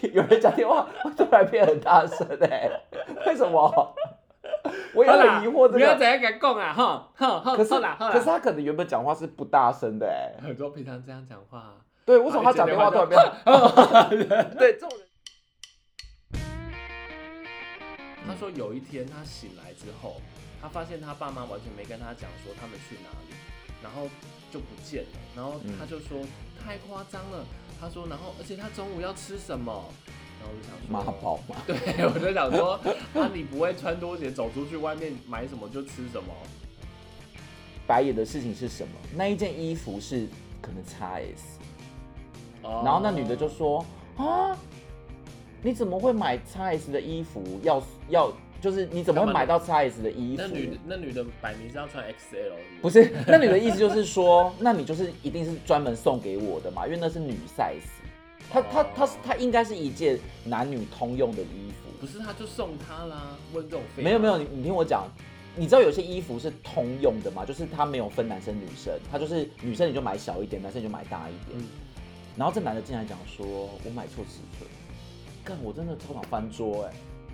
有人讲电话会突然变很大声为什么？我也很疑惑这个。 不要怎样讲啊，可是他可能原本讲话是不大声的很多平常这样讲话。 对，为什么他讲电话突然变？对，这种人。 他说有一天他醒来之后，他发现他爸妈完全没跟他讲说他们去哪里，然后就不见了。然后他就说太夸张了，他说然后而且他中午要吃什么？然后我就想说妈宝嘛。 对，我就想说你不会穿拖鞋走出去外面买什么就吃什么。 白眼的事情是什么？那一件衣服是可能 XS，然后那女的就说啊，你怎么会买 XS 的衣服？要就是你怎么会买到 XS 的衣服？ 那女的摆明是要穿 XL。 不是，那女的意思就是说，那你就是一定是专门送给我的嘛，因为那是女 size。它应该是一件男女通用的衣服。 不是，他就送他啦。问这种废话。 没有，你听我讲。你知道有些衣服是通用的吗？就是它没有分男生女生，它就是女生你就买小一点，男生你就买大一点。然后这男的竟然讲说我买错尺寸，干我真的超想翻桌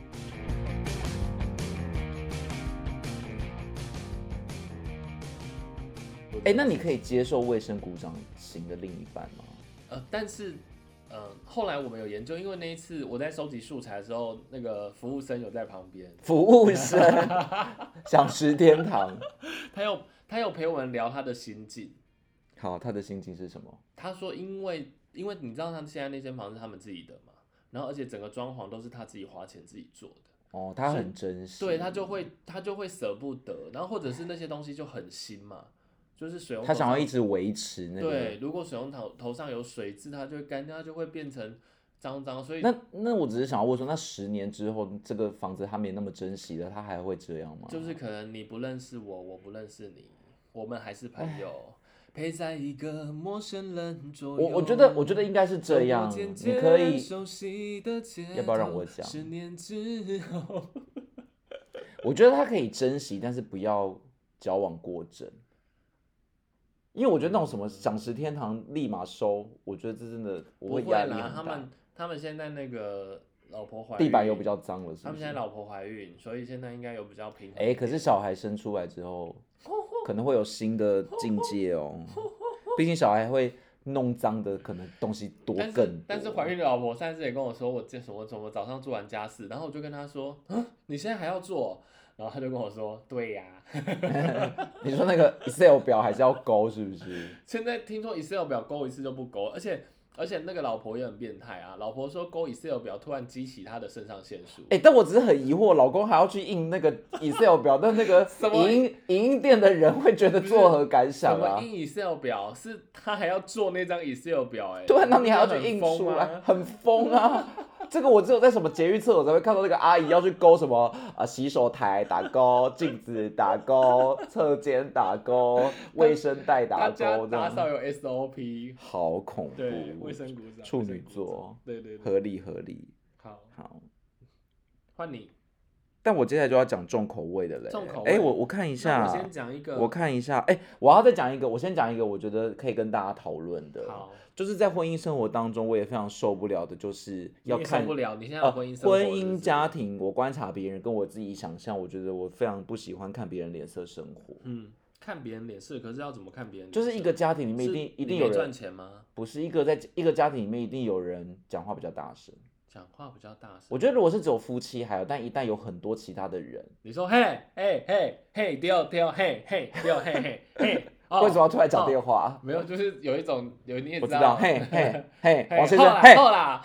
那你可以接受卫生股长型的另一半吗？ 但是后来我们有研究，因为那一次我在收集素材的时候，那个服务生有在旁边。服务生，享食天堂。 他有陪我们聊他的心境。 好，他的心境是什么？ 他说因为你知道他现在那间房是他们自己的嘛，然后而且整个装潢都是他自己花钱自己做的。 他很珍惜。 对，他就会舍不得，然后或者是那些东西就很新嘛。就是水龙头他想要一直维持那个。 对，如果水龙头上有水渍，它就会干掉，它就会变成脏。所以那我只是想要问说，那10年之后，这个房子他没那么珍惜了，他还会这样吗？ 就是可能你不认识我，我不认识你，我们还是朋友，陪在一个陌生人左右。 我觉得应该是这样。你可以，要不要让我讲？10 年之后， 我觉得他可以珍惜，但是不要矫枉过正。因为我觉得那种什么享食天堂立马收，我觉得这真的我会压力很大。 他们现在那个老婆怀孕， 地板又比较脏了，是不是？ 他们现在老婆怀孕，所以现在应该有比较平衡。 可是小孩生出来之后，可能会有新的境界哦。毕竟小孩会弄脏的，可能东西更多。 但是怀孕的老婆上次也跟我说，我什么早上做完家事，然后我就跟他说，你现在还要做？然后他就跟我说：“对呀。” 你说那个 Excel 表还是要勾，是不是？ 现在听说 Excel 表勾一次就不勾，而且那个老婆也很变态啊！老婆说勾 Excel 表突然激起她的肾上腺素。 但我只是很疑惑，老公还要去印那个 Excel 表，但那个影音店的人会觉得作何感想啊？ 什么印 Excel 表是他还要做那张 Excel 表对，那你还要去印出来，很疯啊！这个我只有在什么捷运厕所才会看到那个阿姨要去勾什么洗手台打勾，镜子打勾，侧间打勾，卫生袋打勾，大家打扫有 SOP， 好恐怖。 对，卫生股长， 处女座， 对， 合理。好， 换你。 但我接下来就要讲重口味的嘞。 重口味， 我看一下。 我先讲一个。 我看一下，我要再讲一个。我先讲一个，我觉得可以跟大家讨论的。 好。 就是在婚姻生活当中，我也非常受不了的，就是要看。 受不了，你现在婚姻生活。 婚姻家庭，我观察别人跟我自己想象，我觉得我非常不喜欢看别人脸色生活。 看别人脸色，可是要怎么看别人脸色？ 就是一个家庭里面一定有人赚钱吗？ 不是，在一个家庭里面一定有人讲话比较大声。 讲话比较大声， 我觉得如果是只有夫妻还有，但一旦有很多其他的人， 你说嘿，丢，嘿，丢，嘿， 为什么要突然讲电话？ 没有，就是有一种你也知道，嘿，王先生， 嘿， 后啦，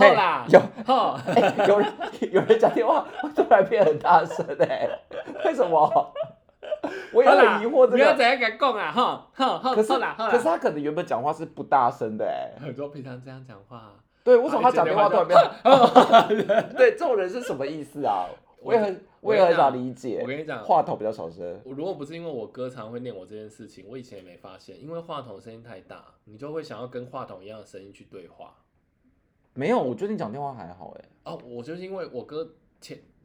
有人讲电话突然变很大声为什么？我也很疑惑这个。 不要怎样讲啊， 可是他可能原本讲话是不大声的很多平常这样讲话。 对，为什么他讲电话突然变？对，这种人是什么意思啊？我也很想理解。 我跟你讲， 话筒比较小声。 如果不是因为我哥常会念我这件事情，我以前也没发现，因为话筒声音太大，你就会想要跟话筒一样的声音去对话。 没有，我觉得你讲电话还好我就是因为我哥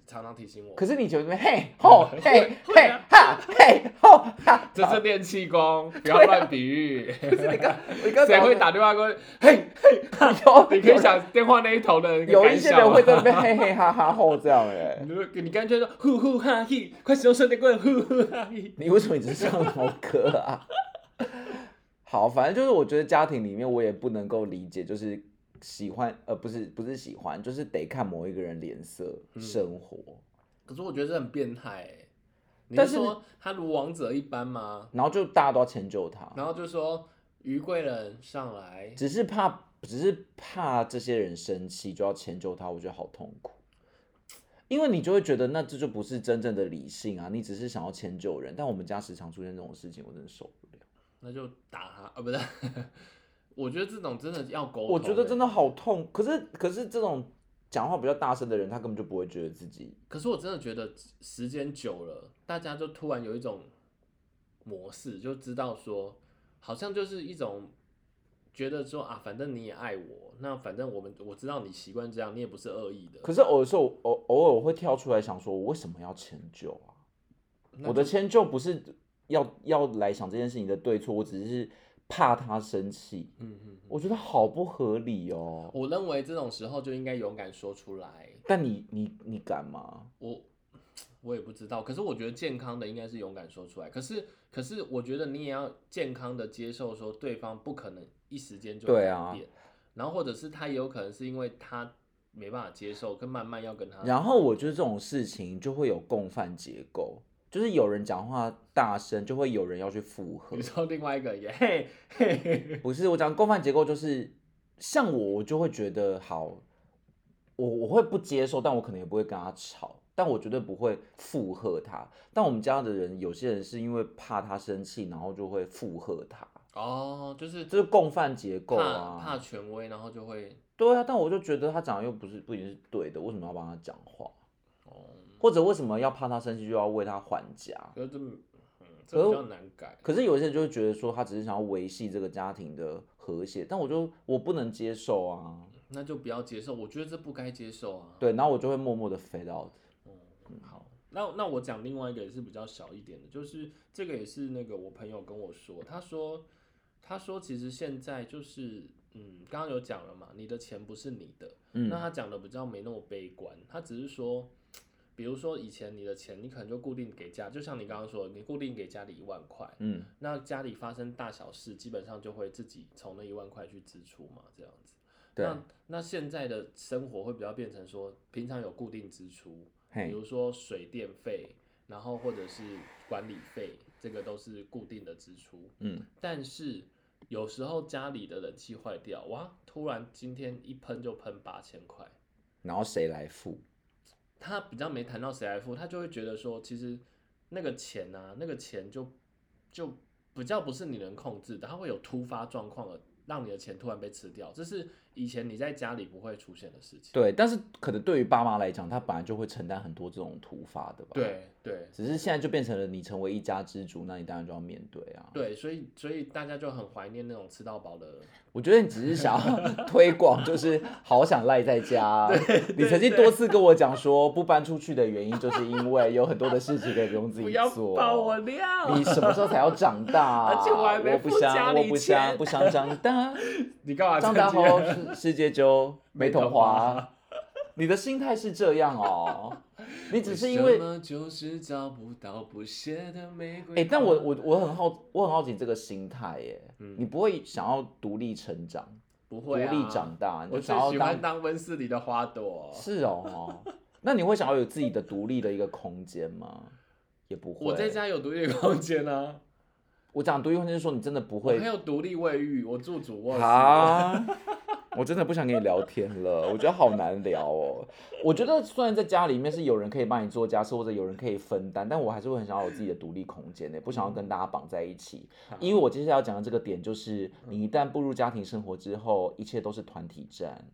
常常提醒我。 可是你就嘿吼嘿嘿哈嘿吼哈， 这是练气功，不要乱比喻。谁会打电话过去？嘿嘿，你可以想电话那一头的人有一些人会在那边嘿嘿哈哈吼这样你干脆说呼呼哈嘿，快使用身体棍呼呼哈嘿。 你为什么一直唱什么歌啊？好，反正就是我觉得家庭里面我也不能够理解，就是喜欢不是喜欢，就是得看某一个人脸色生活。 可是我觉得这很变态你但是说他如王者一般吗？ 然后就大家都要迁就他， 然后就说于贵人上来， 只是怕这些人生气就要迁就他，我觉得好痛苦。因为你就会觉得那这就不是真正的理性啊，你只是想要迁就人。但我们家时常出现这种事情，我真的受不了。 那就打他不是？我觉得这种真的要沟通。 我觉得真的好痛。可是这种讲话比较大声的人，他根本就不会觉得自己。 可是我真的觉得时间久了，大家就突然有一种模式，就知道说，好像就是一种觉得说啊，反正你也爱我，那反正我知道你习惯这样，你也不是恶意的。 可是有时候偶尔我会跳出来想说，我为什么要迁就啊？我的迁就不是要来想这件事情的对错，我只是怕他生气。我觉得好不合理哦。 我认为这种时候就应该勇敢说出来。 但你敢吗？ 我也不知道，可是我觉得健康的应该是勇敢说出来。可是我觉得你也要健康的接受说对方不可能一时间就改变，然后或者是他也有可能是因为他没办法接受，跟慢慢要跟他。 然后我觉得这种事情就会有共犯结构。就是有人讲话大声，就会有人要去附和。 你说另外一个也嘿嘿， 不是我讲共犯结构，就是像我就会觉得好，我会不接受，但我可能也不会跟他吵，但我绝对不会附和他。但我们家的人，有些人是因为怕他生气，然后就会附和他。 哦，就是这是共犯结构啊， 怕权威，然后就会。 对啊，但我就觉得他讲的又不一定是对的，为什么要帮他讲话？或者为什么要怕他生气就要为他还价？ 这比较难改。 可是有些人就会觉得说，他只是想要维系这个家庭的和谐，但我不能接受啊。 那就不要接受，我觉得这不该接受啊。 对，然后我就会默默的 fade out。 好，那我讲另外一个也是比较小一点的，就是这个也是那个我朋友跟我说，他说其实现在就是刚刚有讲了嘛，你的钱不是你的，那他讲的比较没那么悲观，他只是说。比如说以前你的钱，你可能就固定给家，就像你刚刚说的，你固定给家里1万块，那家里发生大小事，基本上就会自己从那1万块去支出嘛，这样子。 对。 那现在的生活会比较变成说，平常有固定支出，比如说水电费，然后或者是管理费，这个都是固定的支出。但是有时候家里的冷气坏掉，哇，突然今天一喷就喷8000块， 然后谁来付？ 他比较没谈到谁来付，他就会觉得说，其实那个钱啊，那个钱就比较不是你能控制的，它会有突发状况的，让你的钱突然被吃掉，这是以前你在家里不会出现的事情。 对，但是可能对于爸妈来讲，他本来就会承担很多这种突发的吧。 对。 只是现在就变成了你成为一家之主，那你当然就要面对啊。 对，所以大家就很怀念那种吃到饱的。 我觉得你只是想要推广，就是好想赖在家。你曾经多次跟我讲说，不搬出去的原因就是因为有很多的事情可以不用自己做。 不要爆我料！ 你什么时候才要长大？ 而且我还没付家里钱。 我不想长大。 你干嘛？ 长大后世界就没童话。你的心态是这样哦。你只是因为就是找不到不谢的玫瑰。 但我很好奇这个心态耶。你不会想要独立成长， 不会独立长大， 我最喜欢当温室里的花朵。 是哦。那你会想要有自己的独立的一个空间吗？也不会。 我在家有独立的空间啊。 我讲独立空间是说你真的不会。 我还有独立卫浴，我住主卧室。 我真的不想跟你聊天了，我觉得好难聊哦。我觉得虽然在家里面是有人可以帮你做家事，或者有人可以分担，但我还是会很想要有自己的独立空间的，不想要跟大家绑在一起。因为我接下来要讲的这个点就是，你一旦步入家庭生活之后，一切都是团体战。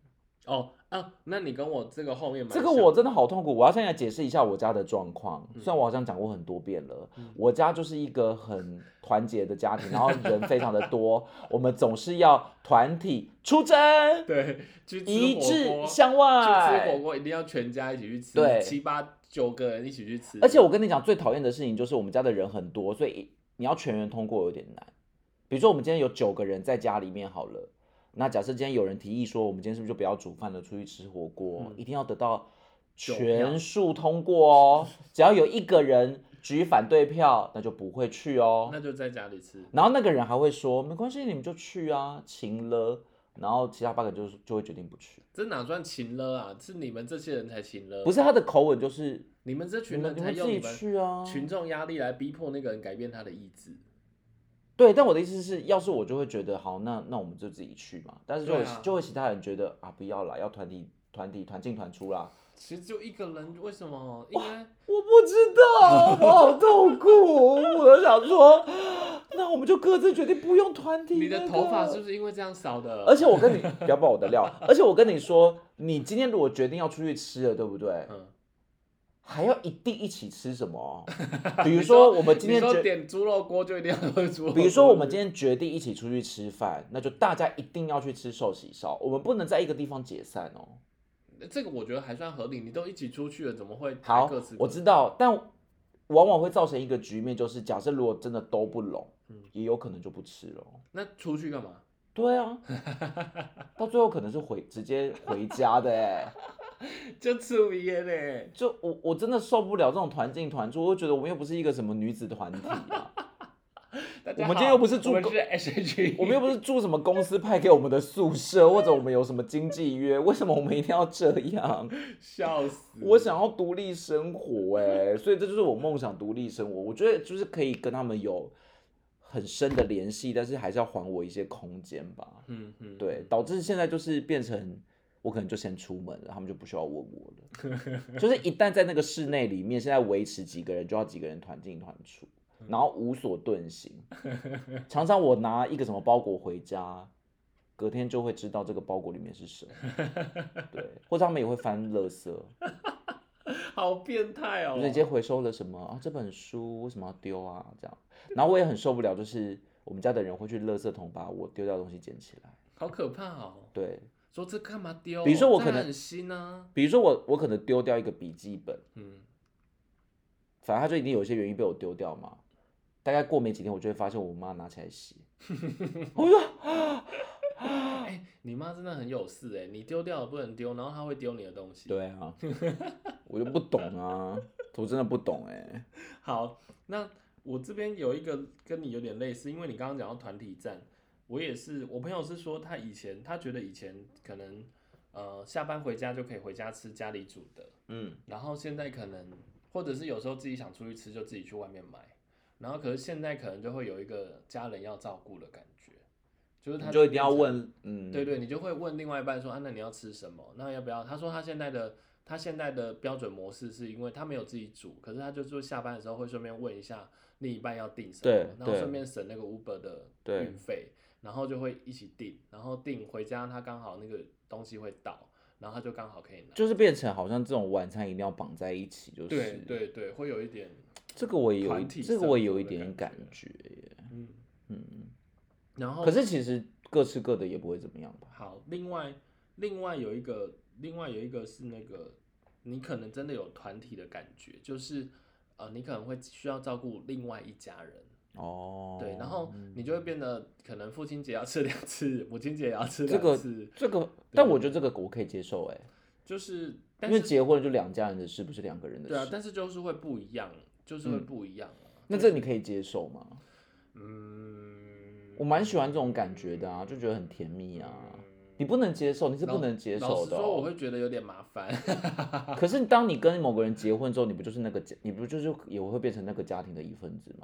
那你跟我这个后面蛮这个我真的好痛苦。我要现在解释一下我家的状况，虽然我好像讲过很多遍了，我家就是一个很团结的家庭，然后人非常的多，我们总是要团体出征， 对， 一致向去外。 吃火锅一定要全家一起去吃， 对 7、8、9个人一起去吃。 而且我跟你讲，最讨厌的事情就是我们家的人很多，所以你要全员通过有点难。比如说我们今天有9个人在家里面好了。那假设今天有人提议说，我们今天是不是就不要煮饭了，出去吃火锅？一定要得到全数通过哦。只要有1个人举反对票，那就不会去哦。 那就在家里吃。 然后那个人还会说，没关系，你们就去啊，请了。然后其他8个就会决定不去。 这哪算情了啊？是你们这些人才情了。 不是他的口吻就是你们这群人才用你们群众压力来逼迫那个人改变他的意志。 对，但我的意思是，要是我就会觉得好，那我们就自己去嘛。但是就会其他人觉得啊，不要啦，要团进团出啦。 其实就1个人，为什么？应该我不知道，我好痛苦。我就想说，那我们就各自决定不用团体。 你的头发是不是因为这样少的？ 而且我跟你不要爆我的料，而且我跟你说，你今天如果决定要出去吃了，对不对？还要一定一起吃什么？比如说我们今天点猪肉锅就一定要喝猪肉锅。 比如说我们今天决定一起出去吃饭，那就大家一定要去吃寿喜烧，我们不能在一个地方解散哦。 这个我觉得还算合理，你都一起出去了，怎么会各吃各？ 我知道，但往往会造成一个局面，就是假设如果真的都不拢，也有可能就不吃了。 那出去干嘛？ 对啊，到最后可能是直接回家的哎。 就出名嘞， 就我真的受不了这种团进团出，我就觉得我们又不是一个什么女子团体啊，我们今天又不是住， 我们是 SH， 我们又不是住什么公司派给我们的宿舍，或者我们有什么经纪约，为什么我们一定要这样？ 笑死！ 我想要独立生活哎，所以这就是我梦想独立生活。我觉得就是可以跟他们有很深的联系，但是还是要还我一些空间吧。对，导致现在就是变成。我可能就先出门了，他们就不需要问我了。就是一旦在那个室内里面，现在维持几个人就要几个人团进团出，然后无所遁形。常常我拿一个什么包裹回家，隔天就会知道这个包裹里面是什么。对，或者他们也会翻垃圾。 好变态哦！ 就是今天回收了什么啊？这本书为什么要丢啊？这样，然后我也很受不了，就是我们家的人会去垃圾桶把我丢掉的东西捡起来。 好可怕哦！ 对。 说这干嘛丢？ 比如说我可能很新啊。 比如说我可能丢掉一个笔记本，反正他就一定有一些原因被我丢掉嘛。大概过没几天，我就会发现我妈拿起来写。我说， 你妈真的很有事哎！你丢掉了不能丢，然后她会丢你的东西。 对啊，我就不懂啊，我真的不懂哎。 好，那我这边有一个跟你有点类似，因为你刚刚讲到团体战。我也是，我朋友是说他觉得以前可能下班回家就可以回家吃家里煮的，然后现在可能或者是有时候自己想出去吃就自己去外面买，然后可是现在可能就会有一个家人要照顾的感觉，就是他就一定要问， 对，你就会问另外一半说那你要吃什么？那要不要？他说他现在的标准模式是因为他没有自己煮，可是他就下班的时候会顺便问一下另一半要订什么，然后顺便省那个 Uber 的运费。然后就会一起订，然后订回家，他刚好那个东西会到，然后他就刚好可以拿。 就是变成好像这种晚餐一定要绑在一起，就是。 对，会有一点。 这个我也有一点感觉耶。 然后。 可是其实各吃各的也不会怎么样吧？ 好，另外有一个是那个，你可能真的有团体的感觉，就是你可能会需要照顾另外一家人。对，然后你就会变得可能父亲节要吃2次，母亲节也要吃2次。 这个，但我觉得这个我可以接受哎， 就是因为结婚就2家人的事，不是2个人的事。 对啊，但是就是会不一样， 那这你可以接受吗？我蛮喜欢这种感觉的啊，就觉得很甜蜜啊。你不能接受，你是不能接受的。 老实说，我会觉得有点麻烦。 可是当你跟某个人结婚之后，你不就是你不就是也会变成那个家庭的一份子吗？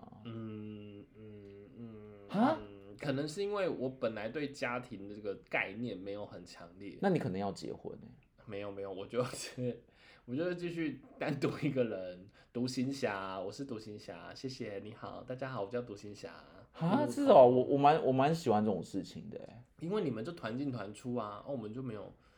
可能是因为我本来对家庭的这个概念没有很强烈。 那你可能要结婚没有，我就是继续单独一个人，独行侠，我是独行侠，谢谢你好，大家好，我叫独行侠。 是哦，我蛮喜欢这种事情的， 因为你们就团进团出啊，我们就没有，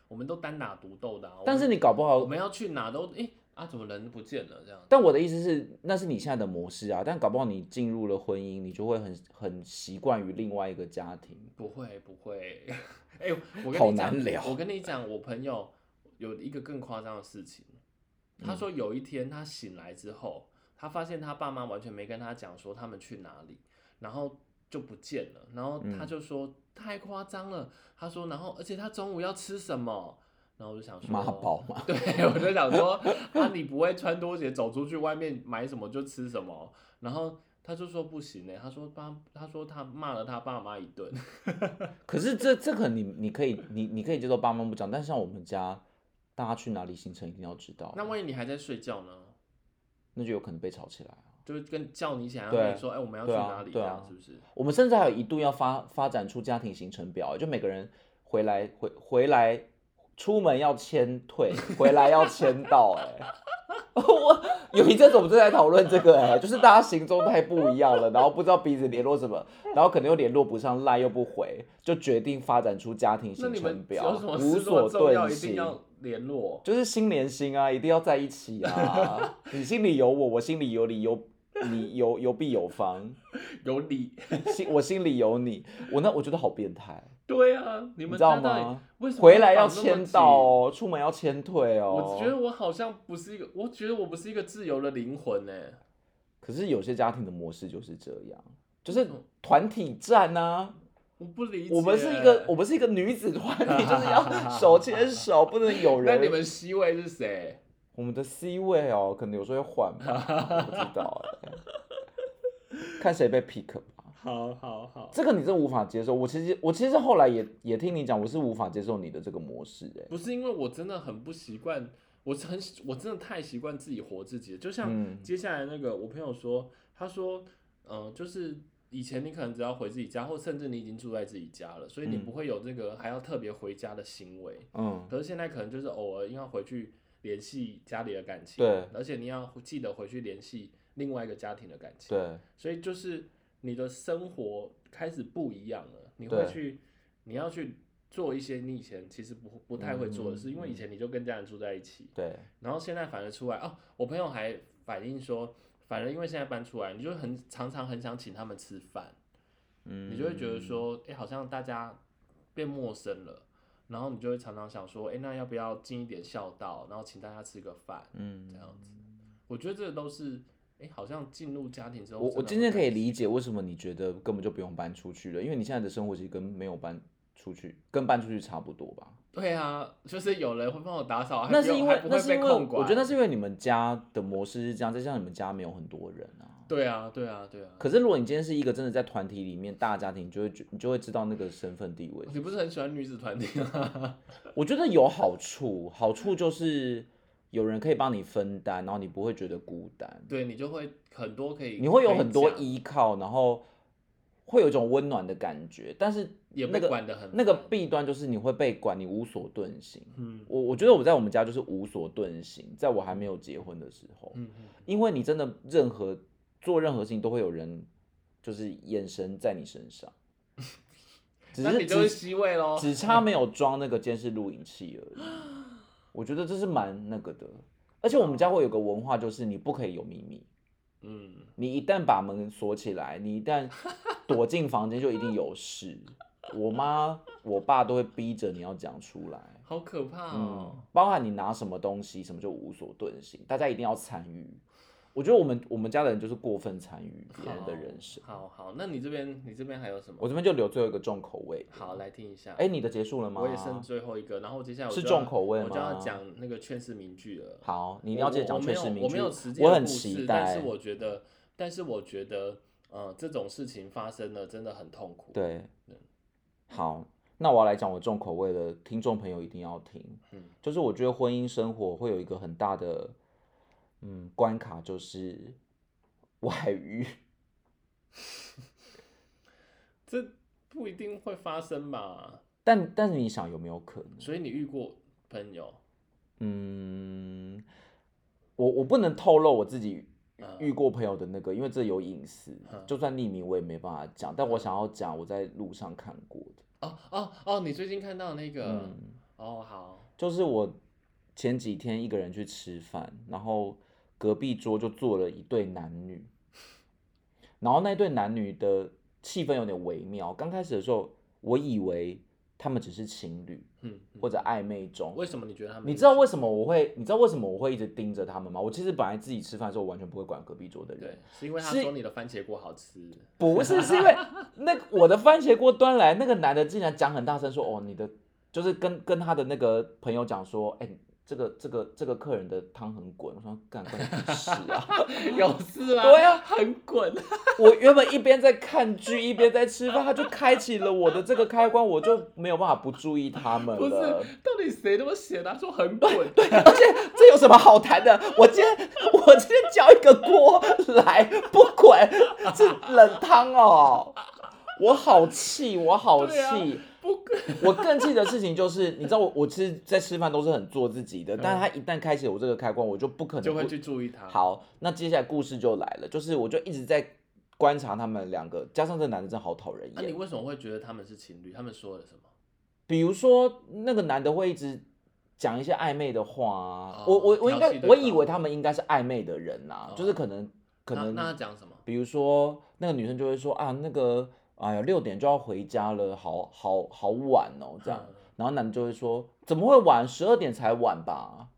我们都单打独斗的、啊。 但是你搞不好我们要去哪都怎么人不见了这样？ 但我的意思是，那是你现在的模式啊。但搞不好你进入了婚姻，你就会很习惯于另外一个家庭。 不会，我好跟你讲， 难聊。 我跟你讲，我朋友有一个更夸张的事情。他说有一天他醒来之后，他发现他爸妈完全没跟他讲说他们去哪里，然后就不见了。然后他就说太夸张了。他说，然后而且他中午要吃什么？然后我就想说妈宝嘛， 对，我就想说你不会穿拖鞋走出去外面买什么就吃什么，然后他就说不行他说他骂了他爸妈一顿。 可是这可能你可以接受爸妈不讲，但是像我们家，大家去哪里行程一定要知道。 那万一你还在睡觉呢？ 那就有可能被吵起来啊。 就是跟叫你起来，跟你说，我们要去哪里，这样是不是？ 我们甚至还有一度要发展出家庭行程表，就每个人回来。出门要签退，回来要签到。我有一阵子我们正在讨论这个，就是大家行踪太不一样了，然后不知道彼此联络什么，然后可能又联络不上，赖又不回，就决定发展出家庭行程表，无所遁形， 一定要联络， 就是心连心啊，一定要在一起啊。你心里有我，我心里有你，有必有方， 有你， 我心里有你，我觉得好变态。 对啊，你知道吗？ 为什么回来要签到哦，出门要签退哦。 我觉得我好像不是一个，我觉得我不是一个自由的灵魂呢。 可是有些家庭的模式就是这样，就是团体战啊。 我不理解。 我们是一个女子团体，就是要手牵手，不能有人。 那你们 C 位是谁？ 我们的 C 位哦，可能有时候会换吧，不知道看谁被 pick 吧。 好，这个你真的无法接受。我其实后来也听你讲，我是无法接受你的这个模式。 不是因为我真的很不习惯，我真的太习惯自己活自己了。就像接下来那个我朋友说，他说，就是以前你可能只要回自己家，或甚至你已经住在自己家了，所以你不会有这个还要特别回家的行为。可是现在可能就是偶尔要回去联系家里的感情， 对， 而且你要记得回去联系另外一个家庭的感情， 对， 所以就是你的生活开始不一样了，你要去做一些你以前其实不太会做的事，因为以前你就跟家人住在一起， 对， 然后现在反而出来我朋友还反映说，反而因为现在搬出来，你就常常很想请他们吃饭，你就会觉得说，好像大家变陌生了。然后你就会常常想说，那要不要尽一点孝道，然后请大家吃个饭，这样子。我觉得这都是，好像进入家庭之后， 我今天可以理解为什么你觉得根本就不用搬出去了，因为你现在的生活其实跟没有搬出去，跟搬出去差不多吧？ 对啊，就是有人会帮我打扫， 那是因为我觉得那是因为你们家的模式是这样，再加上你们家没有很多人啊。 对啊。 可是如果你今天是一个真的在团体里面大家庭，你就会知道那个身份地位。 你不是很喜欢女子团体吗？ 我觉得有好处就是有人可以帮你分担，然后你不会觉得孤单。 对，你就会很多你会有很多依靠，然后会有一种温暖的感觉。但是也被管得很那个弊端就是你会被管，你无所遁形。我觉得我在我们家就是无所遁形，在我还没有结婚的时候，因为你真的做任何事情都会有人就是眼神在你身上， 那你就是C位咯， 只差没有装那个监视录影器而已。我觉得这是蛮那个的，而且我们家会有个文化，就是你不可以有秘密。你一旦把门锁起来，你一旦躲进房间，就一定有事。我妈、我爸都会逼着你要讲出来， 好可怕哦。 包含你拿什么东西，什么就无所遁形，大家一定要参与。我觉得我们家的人就是过分参与别人的人生。 好，那你这边还有什么？ 我这边就留最后一个重口味。 好，来听一下。 你的结束了吗？ 我也剩最后一个，然后接下来是重口味吗？ 我就要讲那个劝世名句了。 好，你要记得讲劝世名句。 我没有实际的故事， 我很期待。 但是我觉得，这种事情发生了真的很痛苦。 对。好，那我要来讲我重口味的，听众朋友一定要听。就是我觉得婚姻生活会有一个很大的关卡，就是外遇。 这不一定会发生吧？ 但是你想有没有可能？ 所以你遇过朋友？ 我不能透露我自己遇过朋友的那个，因为这有隐私，就算匿名我也没办法讲。但我想要讲我在路上看过的。 你最近看到那个？ 哦，好， 就是我前几天一个人去吃饭，然后隔壁桌就坐了一对男女，然后那对男女的气氛有点微妙。刚开始的时候，我以为他们只是情侣，或者暧昧中。 为什么你觉得他们？ 你知道为什么我会？你知道为什么我会一直盯着他们吗？我其实本来自己吃饭的时候，我完全不会管隔壁桌的人。 对，是因为他说你的番茄锅好吃。 不是，是因为我的番茄锅端来，那个男的竟然讲很大声说：“哦，你的就是跟他的那个朋友讲说，哎、这个客人的汤很滚。”我说：“干关你屁事啊！” 有事吗？ 对啊， 很滚。 我原本一边在看剧一边在吃饭，他就开启了我的这个开关，我就没有办法不注意他们了。 不是，到底谁那么闲啊？说很滚。 对，而且这有什么好谈的？我今天叫一个锅来，不滚，是冷汤哦。我好气，我好气。我更气的事情就是，你知道我其实，在吃饭都是很做自己的，但是他一旦开启我这个开关，我就不可能就会去注意他。 好，那接下来故事就来了，就是我就一直在观察他们两个，加上这个男的真的好讨人厌。 那你为什么会觉得他们是情侣？他们说了什么？ 比如说那个男的会一直讲一些暧昧的话啊，我以为他们应该是暧昧的人啊，就是可能那他讲什么？ 比如说那个女生就会说啊，那个哎呀6点就要回家了，好晚哦这样，然后男的就会说怎么会晚，12点才晚吧？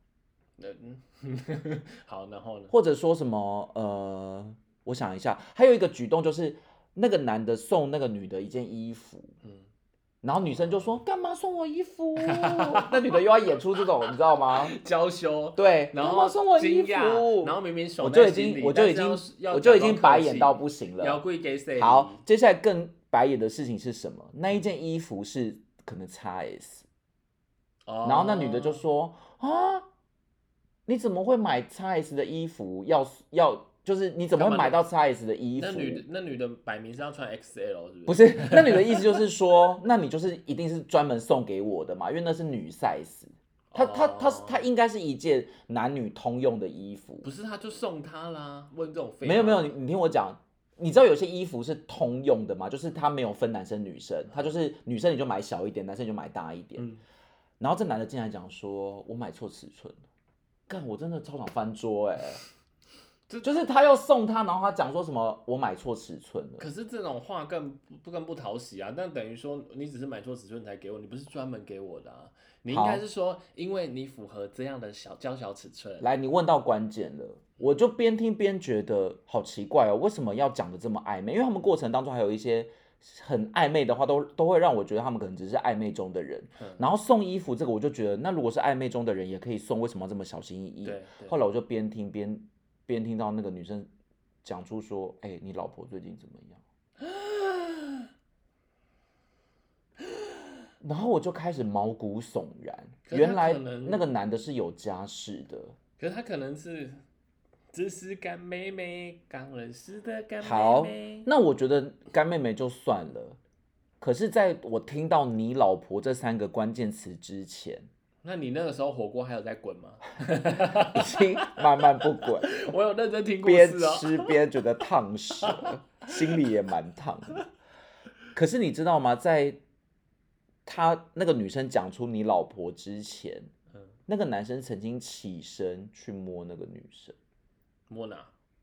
好，然后呢？ 或者说什么我想一下，还有一个举动就是那个男的送那个女的一件衣服，然后女生就说干嘛送我衣服？那女的又要演出这种，你知道吗？ 娇羞， 对， 然后送我衣服， 然后明明手我就已经白眼到不行了。 要跪给谁？ 好，接下来更白眼的事情是什么？那一件衣服是可能 XS，然后那女的就说啊，你怎么会买 XS 的衣服？就是你怎么会买到 XS 的衣服？ 那女的摆明是要穿 XL 是不是？ 不是，那女的意思就是说，那你就是一定是专门送给我的嘛，因为那是女 size。它应该是一件男女通用的衣服。 不是，他就送她啦。问这种废话。 没有，你听我讲，你知道有些衣服是通用的吗？就是它没有分男生女生，它就是女生你就买小一点，男生你就买大一点。然后这男的竟然讲说，我买错尺寸了，干，我真的超想翻桌哎。就是他要送他，然后他讲说什么我买错尺寸了。 可是这种话更不讨喜啊！但等于说你只是买错尺寸才给我，你不是专门给我的啊！你应该是说，因为你符合这样的娇小尺寸。 来，你问到关键了，我就边听边觉得好奇怪哦，为什么要讲的这么暧昧？因为他们过程当中还有一些很暧昧的话，都会让我觉得他们可能只是暧昧中的人。然后送衣服这个，我就觉得那如果是暧昧中的人也可以送，为什么要这么小心翼翼？ 对。 后来我就边听到那个女生讲出说：“哎，你老婆最近怎么样？”然后我就开始毛骨悚然，原来那个男的是有家室的。 可是他可能是只是干妹妹，刚认识的干妹妹。 好，那我觉得干妹妹就算了。可是在我听到你老婆这3个关键词之前， 那你那个时候火锅还有在滚吗？ 已经慢慢不滚。 我有认真听故事哦， 边吃边觉得烫手，心里也蛮烫的。可是你知道吗？在他那个女生讲出你老婆之前，那个男生曾经起身去摸那个女生。 摸哪？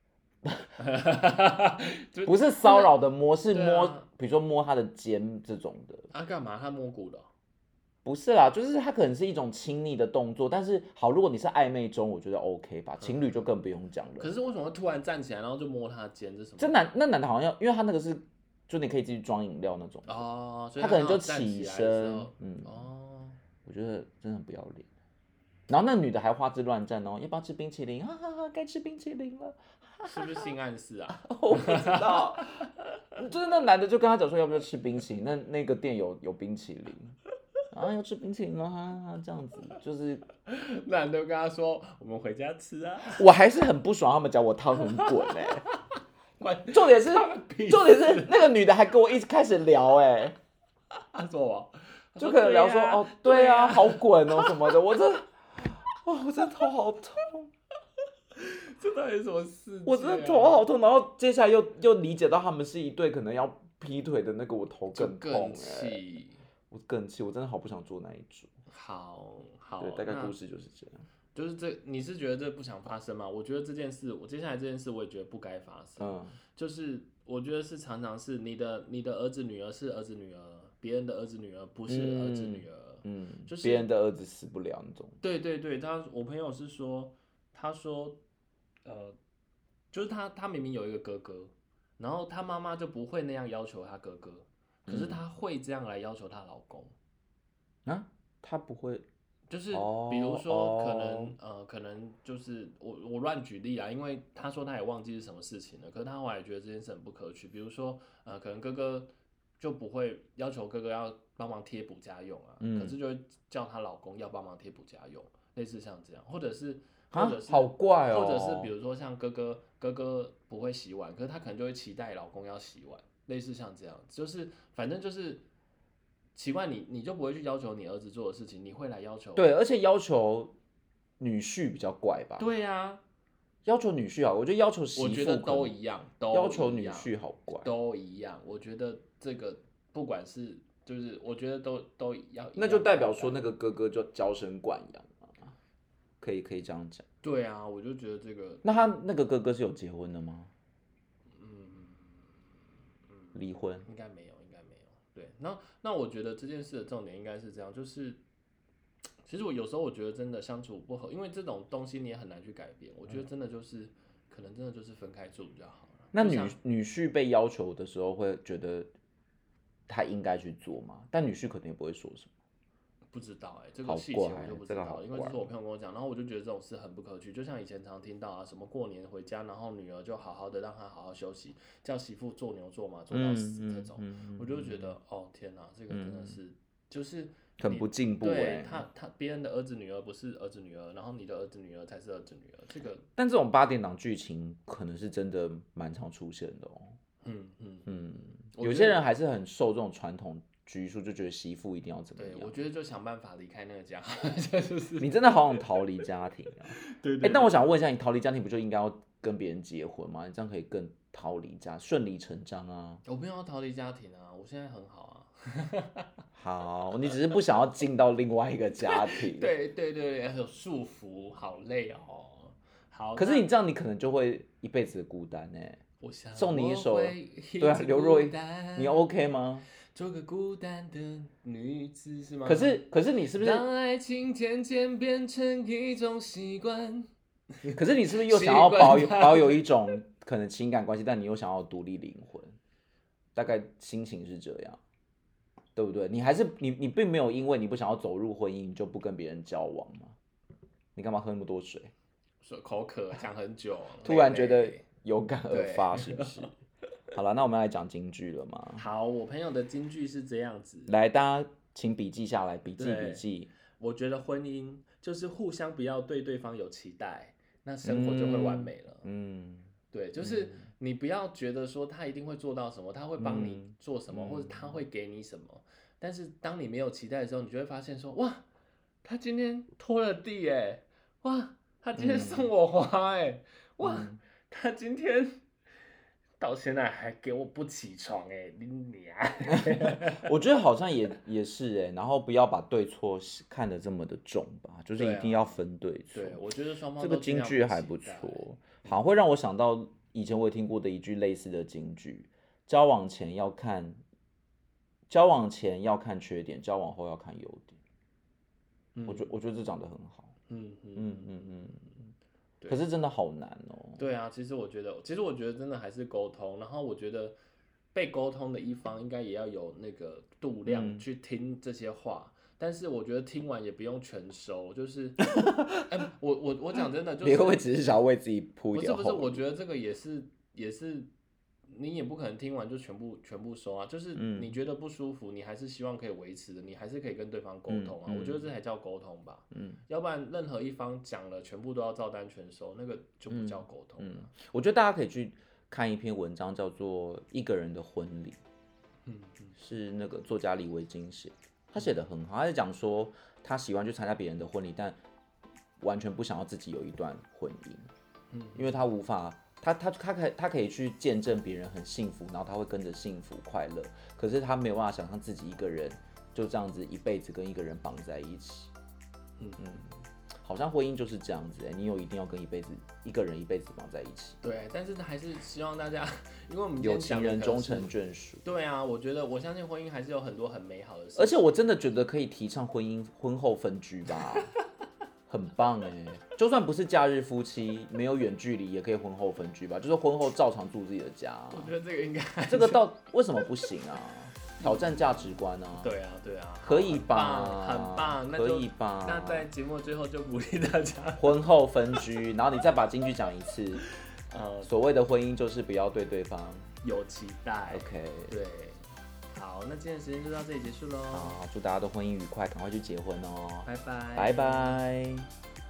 不是骚扰的摸，是摸，比如说摸她的肩这种的。 啊，干嘛？他摸骨的？ 不是啦，就是他可能是一种亲昵的动作，但是好，如果你是暧昧中，我觉得 OK 吧，情侣就更不用讲了。 可是为什么会突然站起来，然后就摸他肩？这什么？ 那男的好像因为他那个是，就你可以自己装饮料那种哦，所以他可能就起身，我觉得真的不要脸。然后那女的还花枝乱颤哦，要不要吃冰淇淋？哈哈哈，该吃冰淇淋了。 是不是性暗示啊？ 我不知道，就是那男的就跟他讲说要不要吃冰淇淋，那个店有冰淇淋。啊，要吃冰淇淋了哈，这样子就是男的跟他说我们回家吃啊。 我还是很不爽，他们讲我汤很滚重点是那个女的还跟我一直开始聊他说我就可能聊说哦对啊好滚哦什么的，我真的头好痛。 这到底是什么事？ 我真的头好痛，然后接下来又理解到他们是一对可能要劈腿的那个，我头更痛气。 我更气，我真的好不想做那一组。 好， 对，大概故事就是这样。 就是你是觉得这不想发生吗？我觉得这件事，我接下来这件事，我也觉得不该发生。就是我觉得是常常是你的儿子女儿是儿子女儿，别人的儿子女儿不是儿子女儿。就是别人的儿子死不了那种。 对对对，我朋友是说，他说，就是他明明有一个哥哥，然后他妈妈就不会那样要求他哥哥，可是他会这样来要求她老公。 他不会。 就是比如说可能就是我乱举例啦，因为他说他也忘记是什么事情了，可是他后来觉得这件事很不可取。比如说可能哥哥就不会要求哥哥要帮忙贴补家用啊，可是就会叫她老公要帮忙贴补家用，类似像这样，或者是好怪哦， 或者是比如说像哥哥不会洗碗，可是他可能就会期待老公要洗碗，类似像这样，就是反正就是。奇怪，你就不会去要求你儿子做的事情，你会来要求？ 对，而且要求女婿比较怪吧？ 对呀， 要求女婿好，我觉得要求媳妇， 我觉得都一样， 要求女婿好怪， 都一样。我觉得这个不管是就是我觉得都要， 那就代表说那个哥哥就娇生惯养啊，可以这样讲。 对啊，我就觉得这个。 那他那个哥哥是有结婚的吗？离婚？ 应该没有。对，那我觉得这件事的重点应该是这样，就是其实我有时候我觉得真的相处不合，因为这种东西你也很难去改变。我觉得真的就是可能真的就是分开住比较好。 那女婿被要求的时候会觉得他应该去做吗？但女婿可能也不会说什么。 不知道这个细节我就不知道，因为这是我朋友跟我讲，然后我就觉得这种事很不可取。就像以前常听到啊，什么过年回家，然后女儿就好好的让她好好休息，叫媳妇做牛做马做到死这种，我就觉得哦天哪，这个真的是就是很不进步。 对他别人的儿子女儿不是儿子女儿，然后你的儿子女儿才是儿子女儿，这个。 但这种8点档剧情可能是真的蛮常出现的哦。有些人还是很受这种传统拘束，就觉得媳妇一定要怎么样。 对，我觉得就想办法离开那个家。 你真的好想逃离家庭啊！ 对。 但我想问一下，你逃离家庭不就应该要跟别人结婚吗？你这样可以更逃离顺理成章啊。 我没有要逃离家庭啊，我现在很好啊。 好，你只是不想要进到另外一个家庭。 对，有束缚，好累哦。好， 可是你这样，你可能就会一辈子的孤单呢。 我想送你一首，对啊，刘若英，你 OK 吗？ 做个孤单的女子是吗？ 可是你是不是让爱情渐渐变成一种习惯？ 可是你是不是又想要保有一种可能情感关系，但你又想要独立灵魂？大概心情是这样，对不对？你还是你并没有因为你不想要走入婚姻，你就不跟别人交往吗？你干嘛喝那么多水？ 说口渴，讲很久， 突然觉得有感而发，是不是？好了，那我们来讲金句了吗？ 好，我朋友的金句是这样子， 来，大家请笔记下来，笔记。 我觉得婚姻就是互相不要对对方有期待，那生活就会完美了。对，就是你不要觉得说他一定会做到什么，他会帮你做什么，或者他会给你什么，但是当你没有期待的时候，你就会发现说，哇，他今天拖了地哎，哇，他今天送我花哎，哇，他今天。到现在还给我不起床你啊！ 我觉得好像也是然后不要把对错看得这么的重吧，就是一定要分对错。 对，我觉得双方这个金句还不错，好，会让我想到以前我也听过的一句类似的金句：交往前要看缺点，交往后要看优点。我觉得这讲得很好。可是真的好难哦。 对啊，其实我觉得真的还是沟通，然后我觉得被沟通的一方应该也要有那个度量去听这些话，但是我觉得听完也不用全收，就是，我讲真的，就是你会不会只是想要为自己铺一点后路？ 不是，我觉得这个也是。你也不可能听完就全部收啊，就是你觉得不舒服，你还是希望可以维持的，你还是可以跟对方沟通啊。我觉得这才叫沟通吧。要不然任何一方讲了全部都要照单全收，那个就不叫沟通了。 我觉得大家可以去看一篇文章，叫做《一个人的婚礼》，是那个作家李维京写，他写得很好，他在讲说他喜欢去参加别人的婚礼，但完全不想要自己有一段婚姻，因为他无法。他可以去见证别人很幸福，然后他会跟着幸福快乐。可是他没有办法想象自己一个人就这样子一辈子跟一个人绑在一起。好像婚姻就是这样子你有一定要跟一个人一辈子绑在一起。 对，但是还是希望大家，因为我们有情人终成眷属。 对啊，我相信婚姻还是有很多很美好的事情。 而且我真的觉得可以提倡婚后分居吧，很棒就算不是假日夫妻，没有远距离也可以婚后分居吧，就是婚后照常住自己的家。 我觉得这个应该这个为什么不行啊？挑战价值观啊！ 对啊， 可以吧？ 很棒， 可以吧？ 那在节目最后就鼓励大家婚后分居，然后你再把金句讲一次。所谓的婚姻就是不要对对方有期待。 OK， 对，好，那今天的时间就到这里结束喽。 好，祝大家都婚姻愉快，赶快去结婚哦！ 拜拜， 拜拜。